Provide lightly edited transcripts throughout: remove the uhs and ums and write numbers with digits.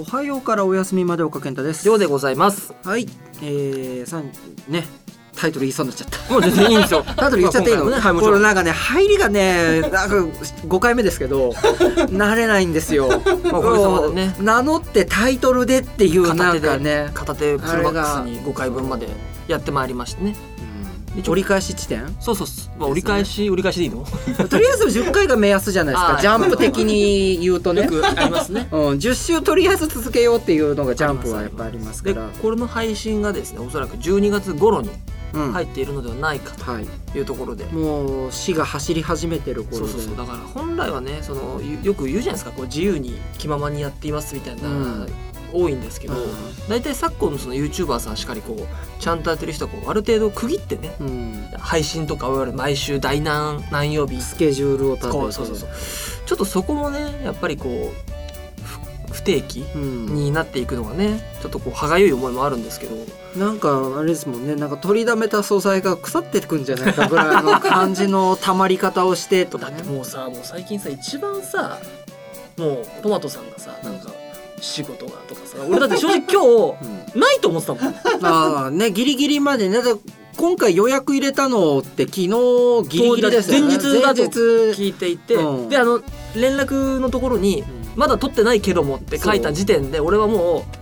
おはようからお休みまで岡健太です。 ようでございます。 はい、ねタイトル言いそうになっちゃった。 もう全然いいんですよ。 タイトル言っちゃっていいの？ ね、はい、 これなんかね入りがねなんか5回目ですけど慣れないんですよ。 まあ、おかげさまでね、 名乗ってタイトルでっていうなんかね片手フルマックスに5回分までやってまいりましてね。 折り返し地点？ そう、まあ、折り返しでいいの？ とりあえず10回が目安じゃないですか。ジャンプ的に言うとねよくありますね。 10週とりあえず続けようっていうのがジャンプはやっぱありますから。 でこれの配信がですねおそらく12月頃に入っているのではないかというところで、 もう死が走り始めてる頃で、 そうだから本来はねよく言うじゃないですか、こう自由に気ままにやっていますみたいな、多いんですけど、だいたい昨今のその YouTuber さんしかりこうちゃんとやってる人はこうある程度区切ってね、配信とかいわゆる毎週第何曜日スケジュールを立てて、 そうちょっとそこもねやっぱりこう不定期になっていくのがねちょっとこう歯がゆい思いもあるんですけど、 なんかあれですもんね、なんか取りだめた素材が腐ってくんじゃないかぐらいの感じの溜まり方をしてとか、ね、 だってもう最近さ一番さもうトマトさんがさなんか仕事がとかさ、俺だって正直今日ないと思ってたもん。 ああね、ギリギリまでね。今回予約入れたのって昨日ギリギリですよね。 前日だと聞いていて、で連絡のところにまだ取ってないけどもって書いた時点で俺はもう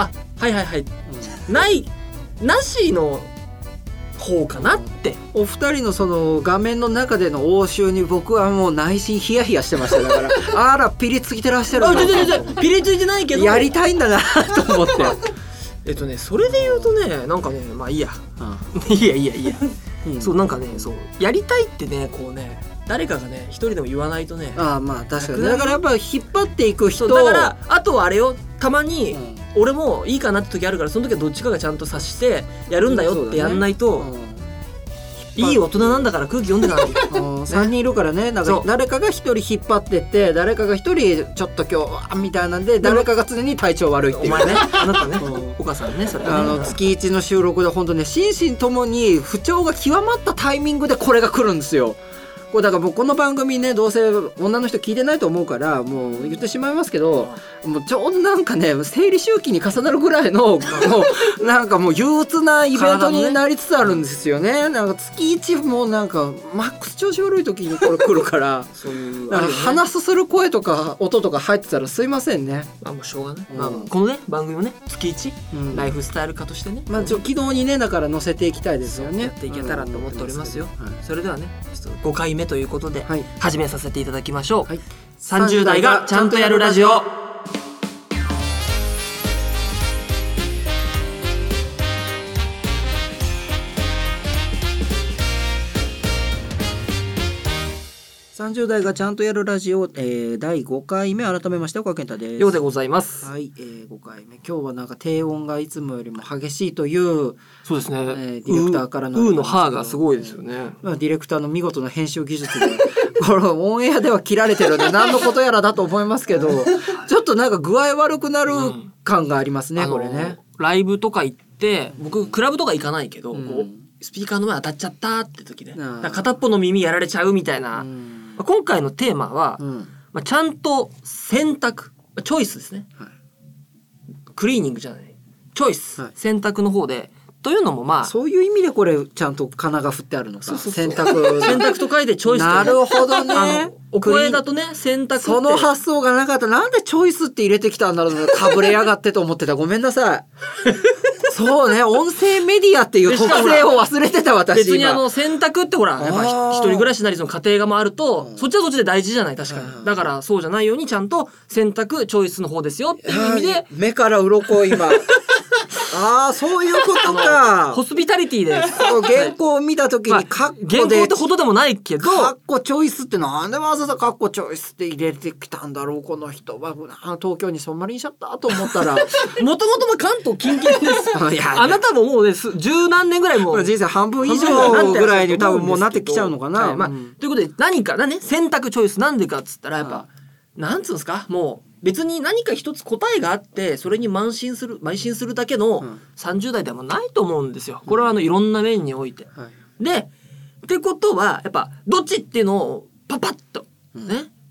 はいなしの方かなって。 お二人のその画面の中での応酬に僕はもう内心ヒヤヒヤしてました。だからあらピリついてらっしゃるピリついてないけどやりたいんだなと思ってそれで言うとねなんかねまあいいや、いや、そうなんかねそうやりたいってねこうね誰かがね一人でも言わないとね。 まあ確かに。だからやっぱ引っ張っていく人だからあとはあれよ、たまに俺もいいかなって時あるからその時はどっちかがちゃんと察してやるんだよってやんないと、いい大人なんだから空気読んでかないと。 3人いるからね、なんか誰かが1人引っ張ってって誰かが1人ちょっと今日みたいなんで誰かが常に体調悪いっていう。 お前ねあなたねお母さんねそれね月1の収録で本当ね心身ともに不調が極まったタイミングでこれが来るんですよ。これだからもうこの番組ねどうせ女の人聞いてないと思うからもう言ってしまいますけど、もうちょうどなんかね生理周期に重なるぐらいのもうなんかもう憂鬱なイベントになりつつあるんですよね。なんか月1もなんかマックス調子悪い時にこれ来るからそういうなんか話する声とか音とか入ってたらすいませんね。 もうしょうがない、このね番組をね月1、ライフスタイル化としてね、 軌道にねだから載せていきたいですよね。 やっていけたらと思っておりますよ。それではね5回目ということで始めさせていただきましょう。30代がちゃんとやるラジオ。 30代がちゃんとやるラジオ、第5回目改めまして岡健太です。 ようでございます。 はい、5回目今日はなんか低音がいつもよりも激しいというそうですね、 ディレクターからのの歯がすごいですよね。 ディレクターの見事な編集技術でこのオンエアでは切られてるので何のことやらだと思いますけどちょっとなんか具合悪くなる感がありますね、これね。 ライブとか行って僕クラブとか行かないけど、こうスピーカーの前当たっちゃったって時ね、片っぽの耳やられちゃうみたいな、今回のテーマは、ちゃんと選択チョイスですね、クリーニングじゃないチョイス、選択の方でというのもそういう意味でこれちゃんと仮名が振ってあるのか。選択と書いてチョイス。 なるほどね。 お声だとね選択ってその発想がなかった。なんでチョイスって入れてきたんだろう。かぶれやがってと思ってた。ごめんなさい。そうね、音声メディアっていう特性を忘れてた私。 別に選択ってほらやっぱ一人暮らしなりその家庭が回ると、そっちはそっちで大事じゃない。確かに。だからそうじゃないようにちゃんと選択チョイスの方ですよっていう意味で目から鱗今そういうことか。 ホスピタリティです。 原稿を見た時にカッコで、 原稿ってほどでもないけどカッコチョイスってなんでわざわざカッコチョイスって入れてきたんだろうこの人は。東京に染まりにしちゃったと思ったらもともと関東近県ですあなたももうね十何年ぐらいもう人生半分以上ぐらいに多分もうなってきちゃうのかな。 ということで何かね選択チョイスなんでかっつったらやっぱなんつうんですか、もう別に何か一つ答えがあってそれに邁進するだけの30代でもないと思うんですよ。これはいろんな面において、でってことはやっぱどっちっていうのをパパッとね、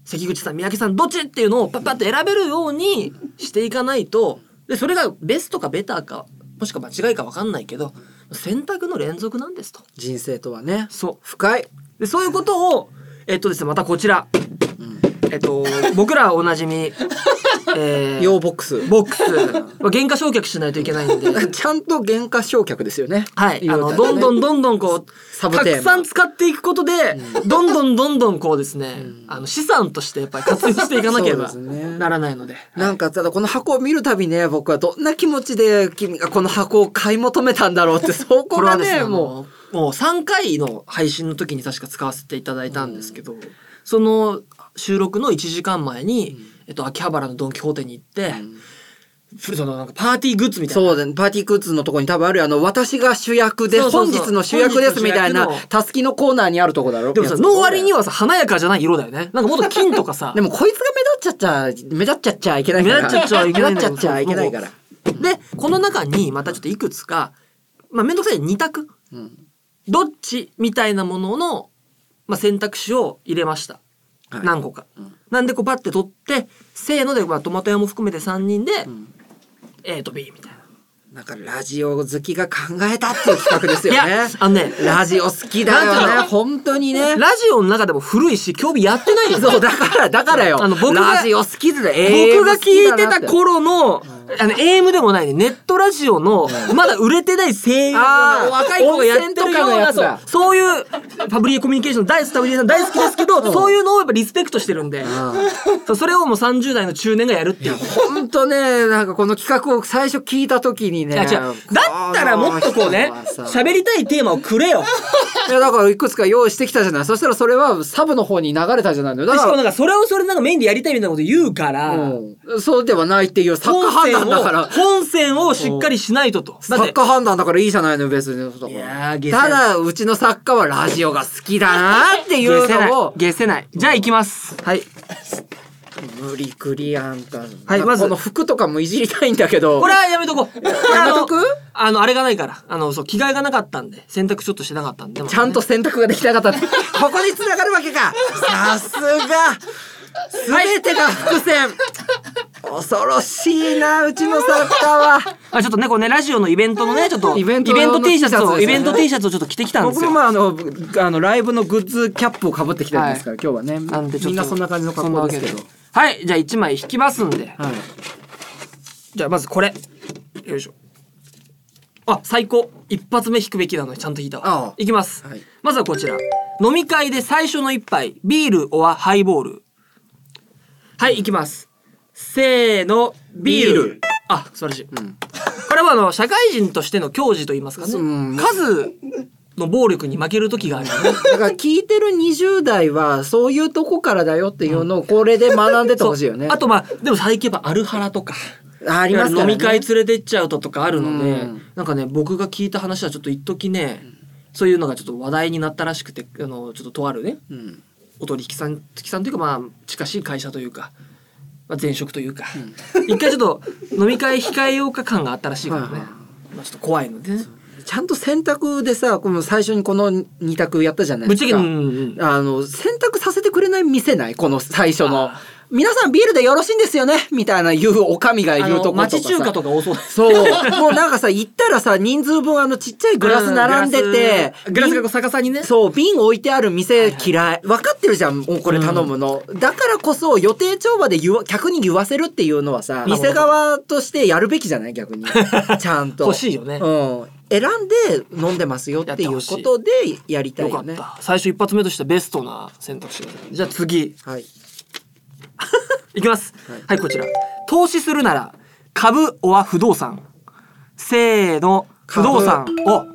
関口さん三宅さんどっちっていうのをパッパッと選べるようにしていかないと、でそれがベストかベターかもしくは間違いか分かんないけど選択の連続なんですと。 人生とはね、 そう深い。でそういうことをですね、またこちら、僕らおなじみ用ボックス原価償却しないといけないんでちゃんと原価償却ですよね。 はい、どんどんこうたくさん使っていくことで、どんどんこうですね、資産としてやっぱり活用していかなければならないので、 なんかただこの箱を見るたびね、僕はどんな気持ちで君がこの箱を買い求めたんだろうってそこがねもう3回の配信の時に確か使わせていただいたんですけど、その収録の1時間前に、秋葉原のドン・キホーテに行って、そのなんかパーティーグッズみたいな、 そうだね、パーティーグッズのとこに多分ある私が主役で本日の主役ですみたいなたすきのコーナーにあるとこだろ。 でもさ、の割にはさ華やかじゃない色だよね。なんかもっと金とかさでもこいつが目立っちゃいけないから。 目立っちゃいけないから。 でこの中にまたちょっといくつかめんどくさい2択、どっちみたいなものの、選択肢を入れました、何個か、なんでこうパッて取ってせーので、トマト屋も含めて3人で、A と B みたいな。 なんかラジオ好きが考えたっていう企画ですよね。 いやラジオ好きだよね、本当にね。 ラジオの中でも古いし興味やってないよ。 そうだからよ。ラジオ好きで、 僕が聞いてた頃のAM でもないね、ネットラジオのまだ売れてない声優の若い子がやってるような、そういうパブリックコミュニケーション大好きですけど、そういうのをやっぱリスペクトしてるんで、それをもう30代の中年がやるっていう。 本当ね、なんかこの企画を最初聞いた時にね、 だったらもっとこうね喋りたいテーマをくれよ。 いやだからいくつか用意してきたじゃない。そしたらそれはサブの方に流れたじゃないの。 だからしかもなんかそれなんかメインでやりたいみたいなこと言うから、 そうではないっていう作家判断だから、 本線をしっかりしないと作家判断だからいいじゃないの別に。 いやただうちの作家はラジオが好きだなっていうのを消せない。じゃあ行きます。はい。 無理くりあんた。 はい、まずこの服とかもいじりたいんだけど。 これはやめとこう。 やめとく？ あれがないから。そう着替えがなかったんで選択ちょっとしてなかったんで。 ちゃんと選択ができなかったって。ここに繋がるわけか。さすが。全てが伏線。恐ろしいなうちの作家は。 ちょっとねこうねラジオのイベントのねちょっとイベント T シャツをちょっと着てきたんですよ。 僕もライブのグッズキャップをかぶってきてるんですから、今日はね。なんでみんなそんな感じの格好ですけど。 はい、じゃあ1枚引きますんで。じゃあまずこれ。よいしょ。最高。一発目引くべきなのにちゃんと引いたわ。いきます。まずはこちら。飲み会で最初の一杯ビールオアハイボール。はい、いきます。せーの、ビール。素晴らしい。これは社会人としての矜持と言いますかね。数の暴力に負ける時があるよね。 だから聞いてる20代はそういうとこからだよっていうのをこれで学んでてほしいよね。 あとでも最近やっぱアルハラとか。 ありますからね。 飲み会連れてっちゃうとかあるので、なんかね僕が聞いた話はちょっと一時ね、そういうのがちょっと話題になったらしくて、ちょっととあるね、お取引さんというか近しい会社というか。前職というか、一回ちょっと飲み会控えようか感があったらしいからね。ちょっと怖いのでね。 ちゃんと選択でさ、この最初にこの2択やったじゃないですか。選択させてくれない店ない？この最初の。皆さんビールでよろしいんですよねみたいな言うおかみがいるところとかさ。 町中華とか多そうです。 そう。もうなんかさ、行ったらさ、人数分ちっちゃいグラス並んでて、 グラスが逆さにね。 そう、瓶置いてある店嫌い。分かってるじゃん、もうこれ頼むの。だからこそ予定調和で客に言わせるっていうのはさ、店側としてやるべきじゃない逆に。ちゃんと。 欲しいよね。 選んで飲んでますよっていうことでやりたいよね。 よかった。最初一発目としてベストな選択肢が。じゃあ次。はい。いきます。はい、こちら。投資するなら株は不動産。せーの、不動産。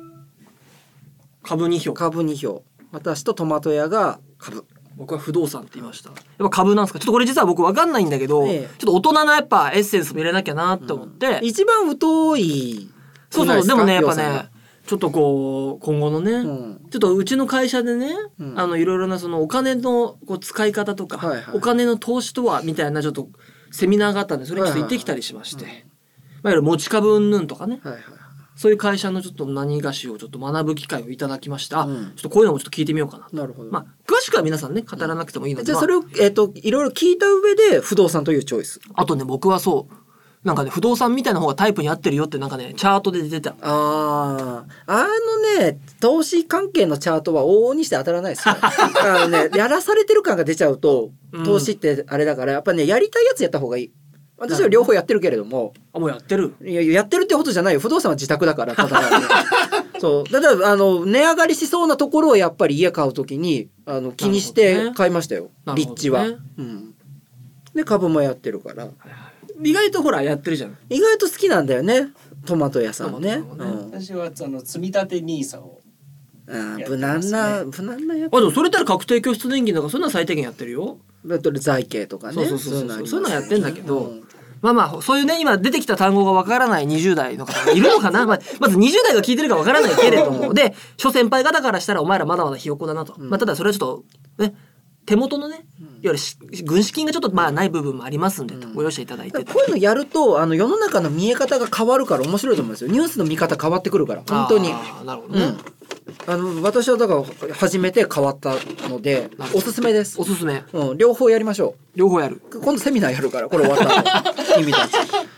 株2票。 株2票。私とトマト屋が株。 僕は不動産って言いました。やっぱ株なんですか。ちょっとこれ実は僕分かんないんだけど、ちょっと大人のやっぱエッセンスも入れなきゃなって思って。 一番疎い。 そうでもねやっぱね。ちょっとこう今後のね、ちょっとうちの会社でね、いろいろなそのお金の使い方とか、お金の投資とはみたいなちょっとセミナーがあったんでそれちょっと行ってきたりしまして、いわゆる持ち株云々とかね、 そういう会社のちょっと何がしをちょっと学ぶ機会をいただきました。 うん、 ちょっとこういうのもちょっと聞いてみようかな。 なるほど。 まあ詳しくは皆さんね語らなくてもいいので、 じゃあそれをいろいろ聞いた上で不動産というチョイス。 あとね僕はそうなんかね不動産みたいな方がタイプに合ってるよってなんかねチャートで出てた。 ね投資関係のチャートは往々にして当たらないですよ。やらされてる感が出ちゃうと投資ってあれだからやっぱねやりたいやつやった方がいい。私は両方やってるけれども。 もうやってる。 いややってるってことじゃないよ。不動産は自宅だからただ、ね、そうだから値上がりしそうなところをやっぱり家買うときに気にして買いましたよ、ね、立地は、うん、で株もやってるから、 意外とほらやってるじゃん。 意外と好きなんだよねトマト屋さんね、 私は積み立て NISA を無難なやつ。 でもそれったら確定拠出年金とかそんな最低限やってるよ。 財形とかね。 そういうのやってんだけど、まあそういうね今出てきた単語がわからない20代の方がいるのかな。まず20代が聞いてるかわからないけれどもで諸先輩方からしたらお前らまだまだひよこだなと、ただそれはちょっとね手元のねいわゆる軍資金がちょっとない部分もありますんでとご容赦いただいて、 こういうのやると世の中の見え方が変わるから面白いと思うんですよ。ニュースの見方変わってくるから本当に。 なるほどね。 私はだから初めて変わったのでおすすめです。 おすすめ、 両方やりましょう。 両方やる。 今度セミナーやるからこれ終わったら君たち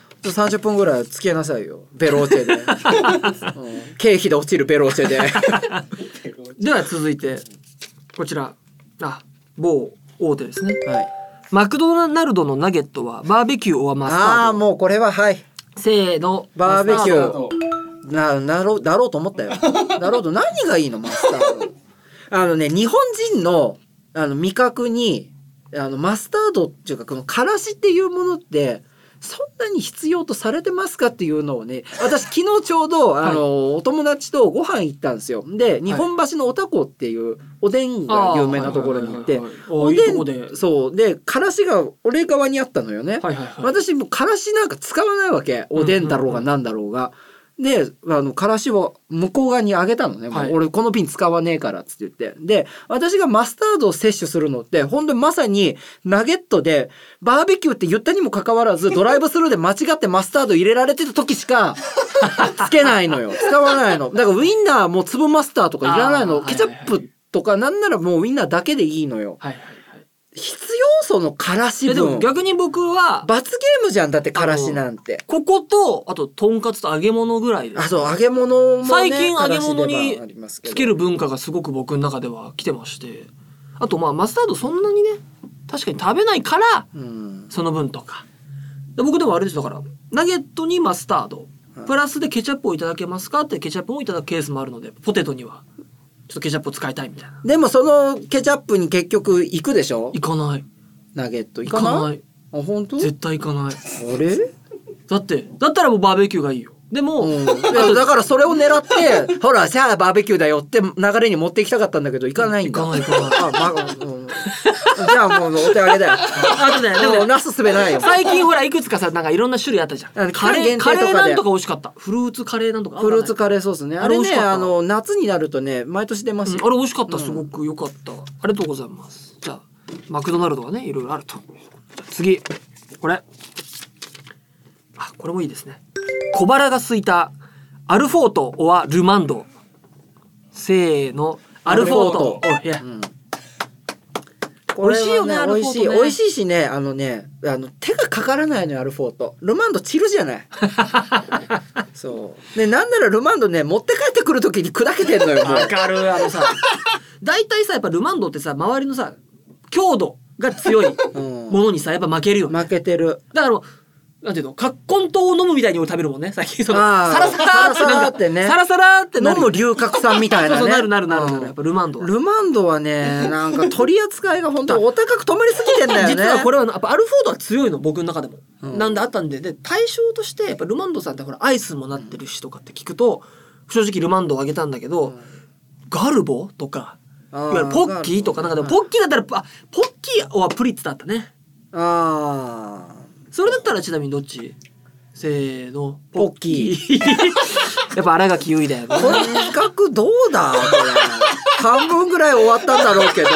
30分ぐらい付き合いなさいよベローチェで、経費で落ちるベローチェででは続いてこちら某大手ですね、はい、マクドナルドのナゲットはバーベキューオアマスタード。 もうこれははいせーのバーベキューだろうと思ったよ。だろうと何がいいのマスタード。日本人の味覚にマスタードっていうかこのからしっていうものってそんなに必要とされてますかっていうのをね私昨日ちょうどお友達とご飯行ったんですよ。で日本橋のおたこっていうおでんが有名なところに行っておでんそうでからしが俺側にあったのよね、私もからしなんか使わないわけ。おでんだろうがなんだろうが。でからしを向こう側にあげたのね、もう俺この瓶使わねえからっつって言って。で私がマスタードを摂取するのって本当にまさにナゲットでバーベキューって言ったにもかかわらずドライブスルーで間違ってマスタード入れられてた時しかつけないのよ。使わないのだからウインナーも粒マスターとかいらないの。ケチャップとかなんならもうウインナーだけでいいのよ。必要そのからし分。 でも逆に僕は罰ゲームじゃんだってからしなんて。 こことあととんかつと揚げ物ぐらいです。 そう揚げ物もね最近揚げ物につける文化がすごく僕の中では来てまして、あとマスタードそんなにね確かに食べないから、その分とかで僕でもあれですだからナゲットにマスタードプラスでケチャップをいただけますかってケチャップをいただくケースもあるのでポテトにはちょっとケチャップを使いたいみたいな。 でもそのケチャップに結局行くでしょ。 行かない。 ナゲット行かない。本当？ 絶対行かない。 あれ？ だったらもうバーベキューがいいよ。でも、 だからそれを狙ってほらじゃあバーベキューだよって流れに持っていきたかったんだけど行かないんだ。 行かない。 じゃあもうお手上げだよ。あとねでもなすすべないよ。 最近ほらいくつかさなんかいろんな種類あったじゃん。カレーなんとか美味しかった。フルーツカレーなんとか。 フルーツカレーソースね。あれね夏になるとね毎年出ますよ。 あれ美味しかった。すごく良かった。ありがとうございます。じゃあマクドナルドはねいろいろあると。次これこれもいいですね。小腹が空いたアルフォートオアルマンド。せーのアルフォート。美味しいよね。 美味しい美味しいしね手がかからないのよアルフォート。ルマンドチルじゃない。そうねなんならルマンドね持って帰ってくる時に砕けてんのよ。 わかる。さ大体さやっぱルマンドってさ周りのさ強度が強いものにさやっぱ負けるよ。 負けてる。 だからなんていうのカッコン糖を飲むみたいに俺食べるもんね最近。サラサラってねサラサラって飲む龍角散みたいなね。 なるやっぱルマンドはねなんか取り扱いが本当お高く止まりすぎてんだよね。 実はこれはやっぱアルフォートは強いの僕の中でも、なんであったんで対象としてやっぱルマンドさんってほらアイスもなってるしとかって聞くと正直ルマンドをあげたんだけど、ガルボとかいわゆるポッキーとかなんかでもポッキーだったらポッキーはプリッツだったね。それだったらちなみにどっち？せーのポッキー。 やっぱ新垣結衣だよね。 この企画どうだこれ。半分ぐらい終わったんだろうけど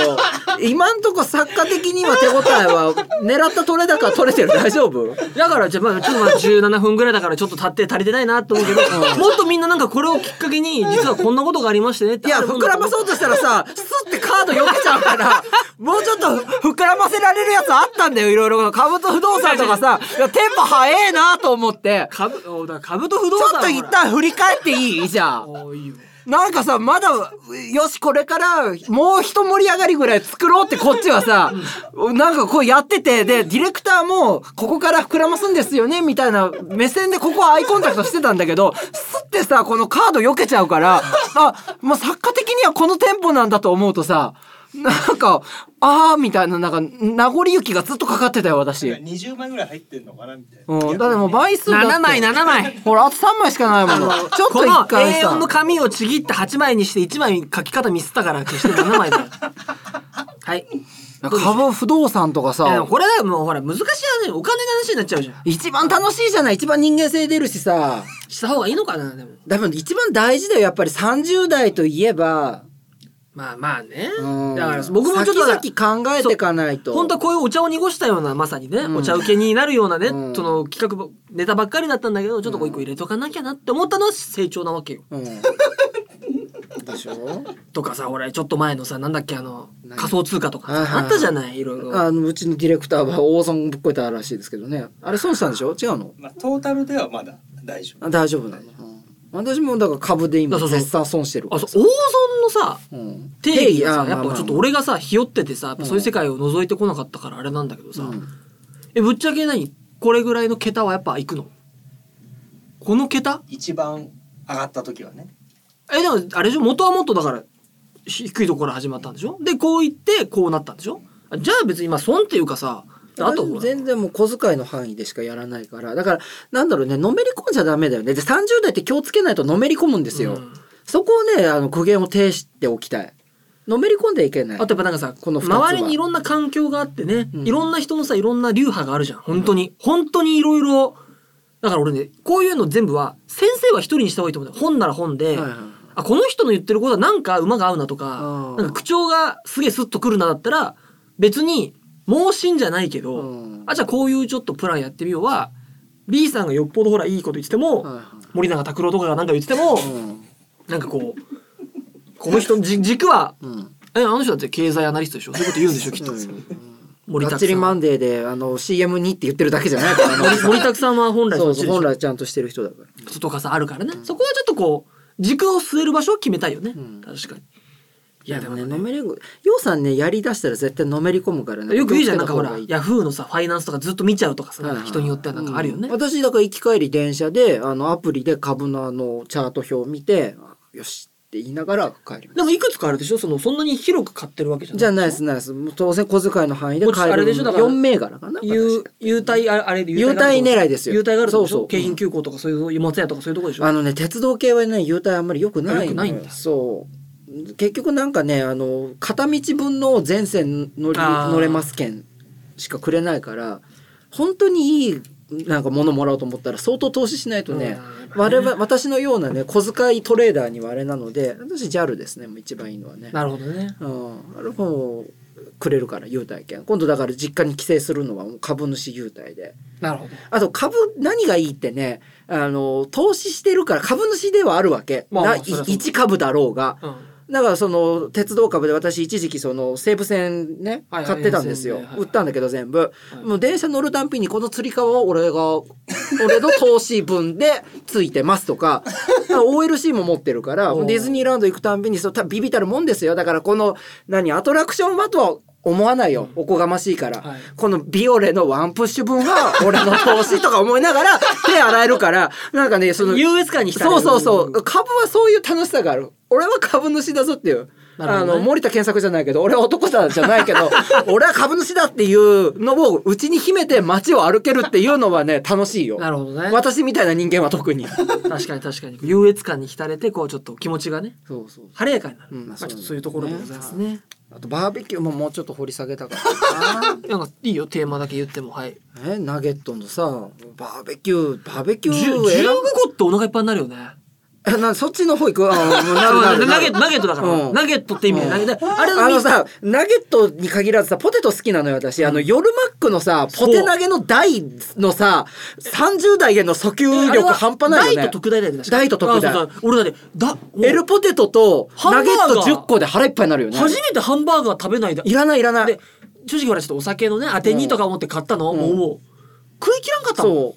今んとこ作家的には手応えは狙った取れ高取れてる。大丈夫？ だからじゃあまあちょっと17分ぐらいだからちょっと足りてないなと思うけど、もっとみんななんかこれをきっかけに実はこんなことがありましてねって。 いや膨らまそうとしたらさスッてカード避けちゃうからもうちょっと膨らませられるやつあったんだよ。いろいろ株と不動産とかさいやテンポ早えなと思って株と不動産ちょっと一旦振り返っていい？じゃあいいよ。 なんかさまだよしこれからもう一盛り上がりぐらい作ろうってこっちはさなんかこうやっててでディレクターもここから膨らますんですよねみたいな目線でここはアイコンタクトしてたんだけどスッてさこのカード避けちゃうからもう作家的にはこのテンポなんだと思うとさなんかみたいななんか名残雪がずっとかかってたよ私。 20枚ぐらい入ってんのかなみたいな。 だってもう枚数だって 7枚ほらあと3枚しかないもの。ちょっと一回さこの A4 の紙をちぎって8枚にして1枚書き方ミスったから消して7枚だよ。はい。 株不動産とかさこれはもうほら難しい話、お金の話になっちゃうじゃん。 一番楽しいじゃない。一番人間性出るしさした方がいいのかな。でも多分一番大事だよやっぱり30代といえばまあね、だから僕もちょっと先々考えていかないと。 本当はこういうお茶を濁したようなまさにね、お茶受けになるようなね、その企画ネタばっかりだったんだけどちょっとこう一個入れとかなきゃなって思ったのは成長なわけよ。 でしょとかさ俺ちょっと前のさなんだっけ仮想通貨とかあったじゃない。いろいろうちのディレクターは大損ぶっこいたらしいですけどね。あれ損したんでしょ？違うの？ トータルではまだ大丈夫。 大丈夫なの。私もだから株で今絶賛損してるから。 大損のさ、定義がさやっぱちょっと俺がさひよっててさやっぱそういう世界を覗いてこなかったからあれなんだけどさ、ぶっちゃけこれぐらいの桁はやっぱいくの？この桁？ 一番上がった時はね。 でもあれでしょ、元はもっとだから低いところから始まったんでしょ。でこう言ってこうなったんでしょ。じゃあ別に今損っていうかさあと全然もう小遣いの範囲でしかやらないからだからなんだろうねのめり込んじゃダメだよね。で30代って気をつけないとのめり込むんですよ、そこをね苦言を呈しておきたい。のめり込んでいけない。 あとやっぱなんかさこの周りにいろんな環境があってね、いろんな人のさいろんな流派があるじゃん。本当にいろいろだから俺ねこういうの全部は先生は一人にした方がいいと思うんだよ。本なら本で、この人の言ってることはなんか馬が合うなとか、なんか口調がすげえスッとくるなだったら別に盲信じゃないけど、じゃあこういうちょっとプランやってみようは B さんがよっぽどほらいいこと言ってても、森永卓郎とかがなんか言ってても、なんかこの人の軸は、あの人だって経済アナリストでしょ。そういうこと言うんでしょきっと。 森田さん。ガッチリマンデーでCM にって言ってるだけじゃないから森田さんは本来本来ちゃんとしてる人だから。 とかさあるからね。そこはちょっと軸を据える場所を決めたいよね。確かに。いやでもねのめりようさんねやりだしたら絶対のめり込むからね。 よく言うじゃんなんかほらヤフーのさファイナンスとかずっと見ちゃうとかさ人によってはなんかあるよね。 私だから行き帰り電車でアプリで株のチャート表を見てよしって言いながら帰ります。 でもいくつかあるでしょ。そんなに広く買ってるわけじゃないです当然小遣いの範囲で買える。 あれでしょだから 4銘柄かな。 優待優待狙いですよ。 優待があるでしょ。京浜急行とかそういう松屋とかそういうとこでしょ。 鉄道系はね優待あんまり良くないんだ。 そう結局なんかね片道分の全線乗れます券しかくれないから本当にいいなんか物もらおうと思ったら相当投資しないとね、私のようなね小遣いトレーダーにはあれなので私 JAL ですねもう一番いいのはね。 なるほどね。 あれもくれるから優待券今度だから実家に帰省するのは株主優待で。 なるほど。 あと株何がいいってね投資してるから株主ではあるわけ、1株だろうが、だから鉄道株で私一時期西武線ね買ってたんですよ。売ったんだけど全部、もう電車乗るたんびにこのつり革は俺の投資分でついてますとかOLC も持ってるからディズニーランド行くたんびにビビたるもんですよ。だからアトラクションはとは思わないよ、おこがましいから、このビオレのワンプッシュ分は俺の投資とか思いながら手洗えるからなんかね優越感に浸れる。 そう株はそういう楽しさがある。俺は株主だぞっていう森田健作じゃないけど俺は男だじゃないけど俺は株主だっていうのをうちに秘めて街を歩けるっていうのはね楽しいよ。 なるほどね。 私みたいな人間は特に確かに優越感に浸れてちょっと気持ちがね晴れやかになる。ちょっとそういうところでございますね。 あとバーベキューももうちょっと掘り下げたかったななんかいいよテーマだけ言っても。はい。 ナゲットのさバーベキュー 15個ってお腹いっぱいになるよね。 そっちの方行く。ナゲットだから、ナゲットって意味でナゲット。あれのさ、ナゲットに限らずさ、ポテト好きなのよ私。夜マックのさポテ投げの大のさ30代への訴求力半端ないよね。 大と特大だよね。 大と特大。 俺だって L ポテトとナゲット10個で腹いっぱいになるよね。 初めてハンバーガー食べないで。 いらない。 正直ほらちょっとお酒のね当てにとか思って買ったの、もう食い切らんかったもん。 そう。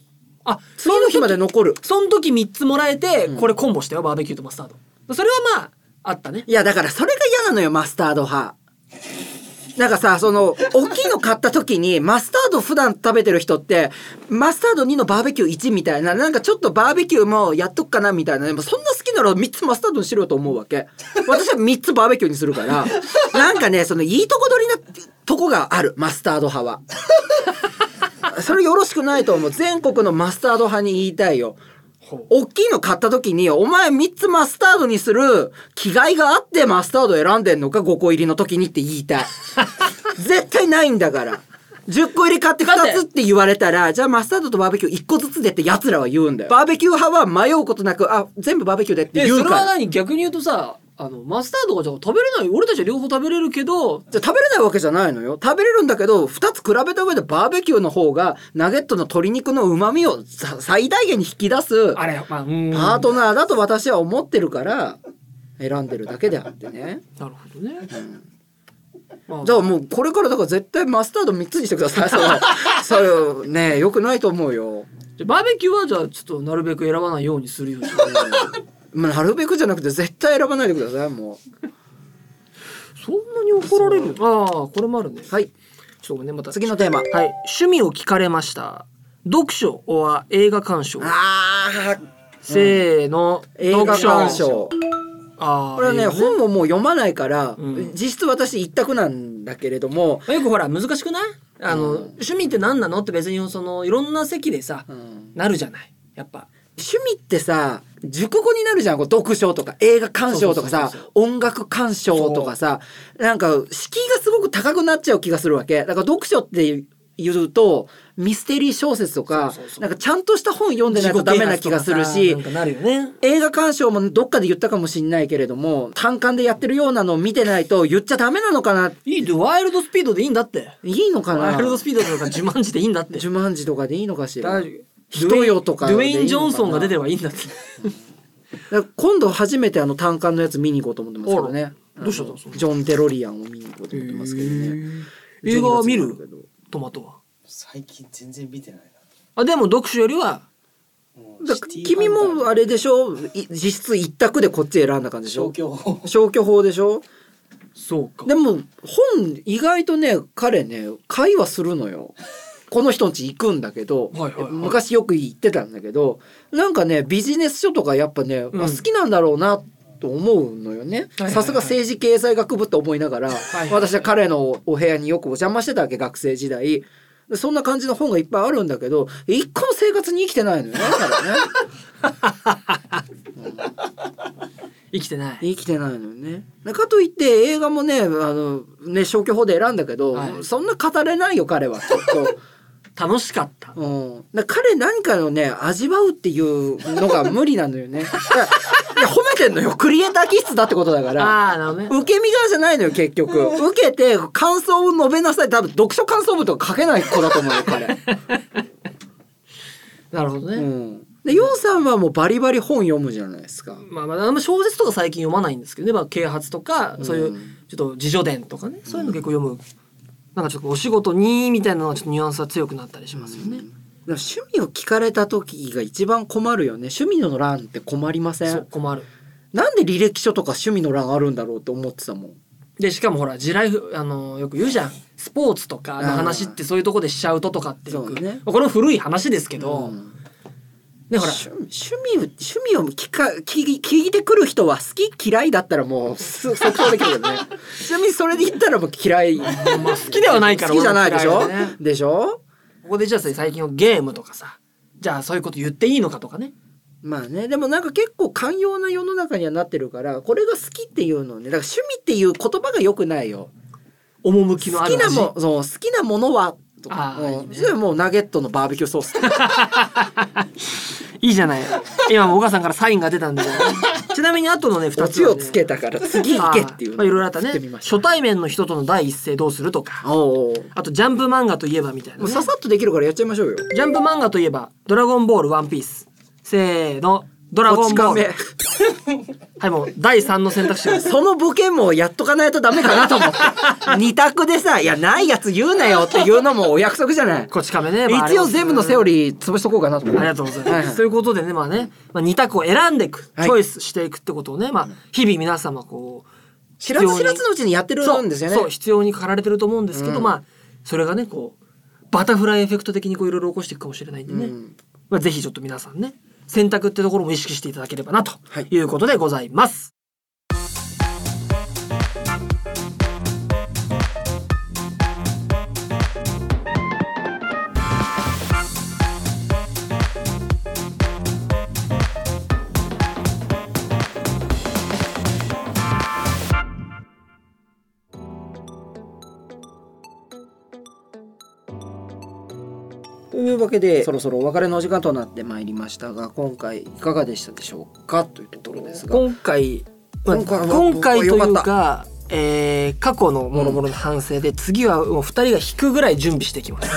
次の日まで残る。 その時3つもらえて、これコンボしたよ、バーベキューとマスタード。それはまああったね。 いやだからそれが嫌なのよ、マスタード派。なんかさ、大きいの買った時にマスタード普段食べてる人ってマスタード2のバーベキュー1みたいな、なんかちょっとバーベキューもやっとくかなみたいな、でもそんな好きなら3つマスタードにしろよと思うわけ。私は3つバーベキューにするからなんかね、いいとこ取りなとこがある、マスタード派は。それよろしくないと思う。全国のマスタード派に言いたいよ。大きいの買った時にお前3つマスタードにする気概があってマスタード選んでんのか、5個入りの時にって言いたい。絶対ないんだから。10個入り買って2つって言われたら、じゃあマスタードとバーベキュー1個ずつでって奴らは言うんだよ。バーベキュー派は迷うことなく、全部バーベキューでって言うから。 それは何、逆に言うとさ、マスタードがじゃあ食べれない、俺たちは両方食べれるけど、 じゃ食べれないわけじゃないのよ。食べれるんだけど、2つ比べた上でバーベキューの方がナゲットの鶏肉の旨味を最大限に引き出すパートナーだと私は思ってるから選んでるだけであってね。 なるほどね。 じゃあもうこれからだから絶対マスタード3つにしてください。それね、よくないと思うよ。 じゃバーベキューはじゃあちょっとなるべく選ばないようにするよ。 なるべくじゃなくて絶対選ばないでください。もうそんなに怒られる？これもあるね。 はい。 ちょっとね、また次のテーマ。 はい。趣味を聞かれました。読書は映画鑑賞。せーの、 映画鑑賞。これはね、本ももう読まないから、実質私一択なんだけれども、 よくほら難しくない？趣味って何なのって別にいろんな席でさ、なるじゃない。やっぱ趣味ってさ、熟語になるじゃん。読書とか映画鑑賞とかさ、音楽鑑賞とかさ、なんか敷居がすごく高くなっちゃう気がするわけ。だから読書って言うとミステリー小説とか、なんかちゃんとした本読んでないとダメな気がするし、映画鑑賞もどっかで言ったかもしんないけれども、単館でやってるようなのを見てないと言っちゃダメなのかな。 いいで、ワイルドスピードでいいんだって。 いいのかな。 ワイルドスピードとかジュマンジでいいんだって。 ジュマンジとかでいいのかしら。人よとかドゥエイン・ジョンソンが出てればいいんだって。 今度初めて単館のやつ見に行こうと思ってますけどね。 どうしたの？ ジョン・デロリアンを見に行こうと思ってますけどね。 映画は見る？トマトは最近全然見てないな。 でも読書よりは君もあれでしょ、実質一択でこっち選んだ感じでしょ。消去法でしょ。 そうか。 でも本意外とね、彼ね会話するのよ。この人ん家行くんだけど、昔よく行ってたんだけど、なんかねビジネス書とかやっぱね、好きなんだろうなと思うのよね。さすが政治経済学部って思いながら、私は彼のお部屋によくお邪魔してたわけ、学生時代。そんな感じの本がいっぱいあるんだけど、一個の生活に生きてないのよね。 生きてない。 生きてないのよね。かといって映画もね、消去法で選んだけど、そんな語れないよ彼は。ちょっと楽しかった。 彼何かのね味わうっていうのが無理なのよね。いや褒めてんのよ。クリエイター気質だってことだから。受け身側じゃないのよ結局。受けて感想を述べなさい。多分読書感想文とか書けない子だと思うよ彼。 なるほどね。 でヨウさんはもうバリバリ本読むじゃないですか。 あんま小説とか最近読まないんですけどね。啓発とかそういうちょっと自叙伝とかね、そういうの結構読む。なんかちょっとお仕事にみたいなのはちょっとニュアンスは強くなったりしますよね。 趣味を聞かれた時が一番困るよね。趣味の欄って困りません？ そう、困る。 なんで履歴書とか趣味の欄あるんだろうって思ってたもん。 でしかもほら地雷よく言うじゃん。スポーツとかの話ってそういうとこでしちゃうとかってよく、これも古い話ですけど、ね、ほら趣味を聞いてくる人は好き嫌いだったらもう即答できるけどね。ちなみにそれで言ったらもう嫌い。 好きではないから。 好きじゃないでしょ。でしょ。 ここでじゃあ最近のゲームとかさ、じゃあそういうこと言っていいのかとかね。 まあね、でもなんか結構寛容な世の中にはなってるから、これが好きっていうのね、だから趣味っていう言葉が良くないよ。 趣のある味。 好きなものはとか、それはもうナゲットのバーベキューソース。 いいじゃない。今もお母さんからサインが出たんで。ちなみに後のね2つは、ね、 オチをつけたから次行けっていう、 まあ、いろいろあったね。初対面の人との第一声どうするとか、あとジャンプ漫画といえばみたいな、ね、 もうささっとできるからやっちゃいましょうよ。 ジャンプ漫画といえばドラゴンボールワンピース。せーの、ドラゴンボール。はい、もう第3の選択肢です。 そのボケもやっとかないとダメかなと思って2択でさ、いやないやつ言うなよっていうのもお約束じゃない。 こち亀ね、 まあ、一応全部のセオリー潰しとこうかなと思って。 ありがとうございます、はいはい、ということでね、まあね、2択を選んでいく、チョイスしていくってことをね、まあ日々皆様こう知らず知らずのうちにやってるんですよね。 そう必要に駆られてると思うんですけど、まあそれがねこうバタフライエフェクト的にこういろいろ起こしていくかもしれないんでね、まあ、ぜひちょっと皆さんね選択ってところも意識していただければなということでございます。 というわけでそろそろお別れのお時間となってまいりましたが、今回いかがでしたでしょうかというところですが、 今回というか、過去のもろもろの反省で、次はもう2人が引くぐらい準備してきます、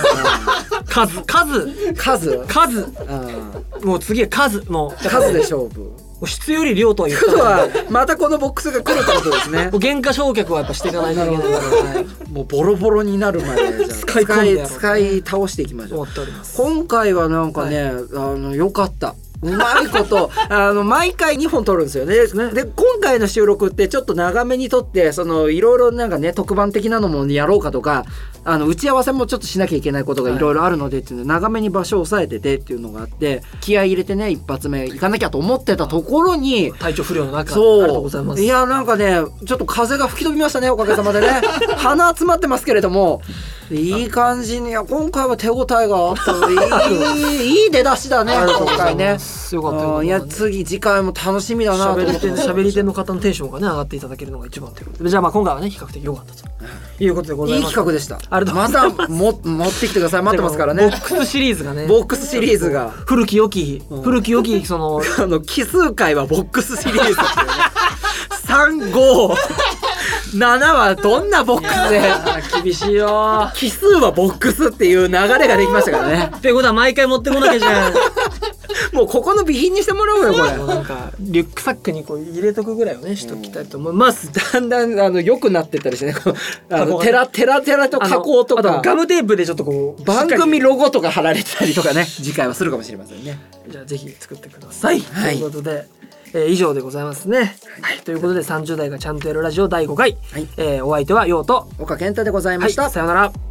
数、もう次は数で勝負。 質より量とは言ったのはまたこのボックスが来るってことですね。 原価償却はやっぱしていかないといけないから、 もうボロボロになるまでじゃ使い倒していきましょう。今回はなんかね、良かった。うまいこと毎回2本撮るんですよね。で今回の収録ってちょっと長めに撮って、そのいろいろなんかね特番的なのもやろうかとか、打ち合わせもちょっとしなきゃいけないことがいろいろあるのでっていうので、長めに場所を抑えててっていうのがあって、気合い入れてね一発目行かなきゃと思ってたところに体調不良の中、ありがとうございます。 いやなんかねちょっと風が吹き飛びましたね、おかげさまでね。鼻詰まってますけれどもいい感じに、今回は手応えがあったいい出だしだね今回ね。 よかったよ。 いや次回も楽しみだなと思って。 喋り手の方のテンションがね上がっていただけるのが一番ということで、じゃあまあ今回はね比較的良かったということでございます。 いい企画でした。また持ってきてください。待ってますからね。 ボックスシリーズがね。 ボックスシリーズが古き良きその奇数回はボックスシリーズっていうね。3、5、7はどんなボックスで厳しいよ。 奇数はボックスっていう流れができましたからね。 ってことは毎回持ってこなきゃじゃん。 もうここの備品にしてもらおうよこれ。 なんかリュックサックにこう入れとくぐらいをねしときたいと思います。 だんだん良くなってったりしてね、テラと加工とか、 ガムテープでちょっとこう番組ロゴとか貼られてたりとかね、次回はするかもしれませんね。 じゃあぜひ作ってください、ということで、以上でございますね、ということで30代がちゃんとやるラジオ第5回、お相手は陽と岡健太でございました。 さようなら。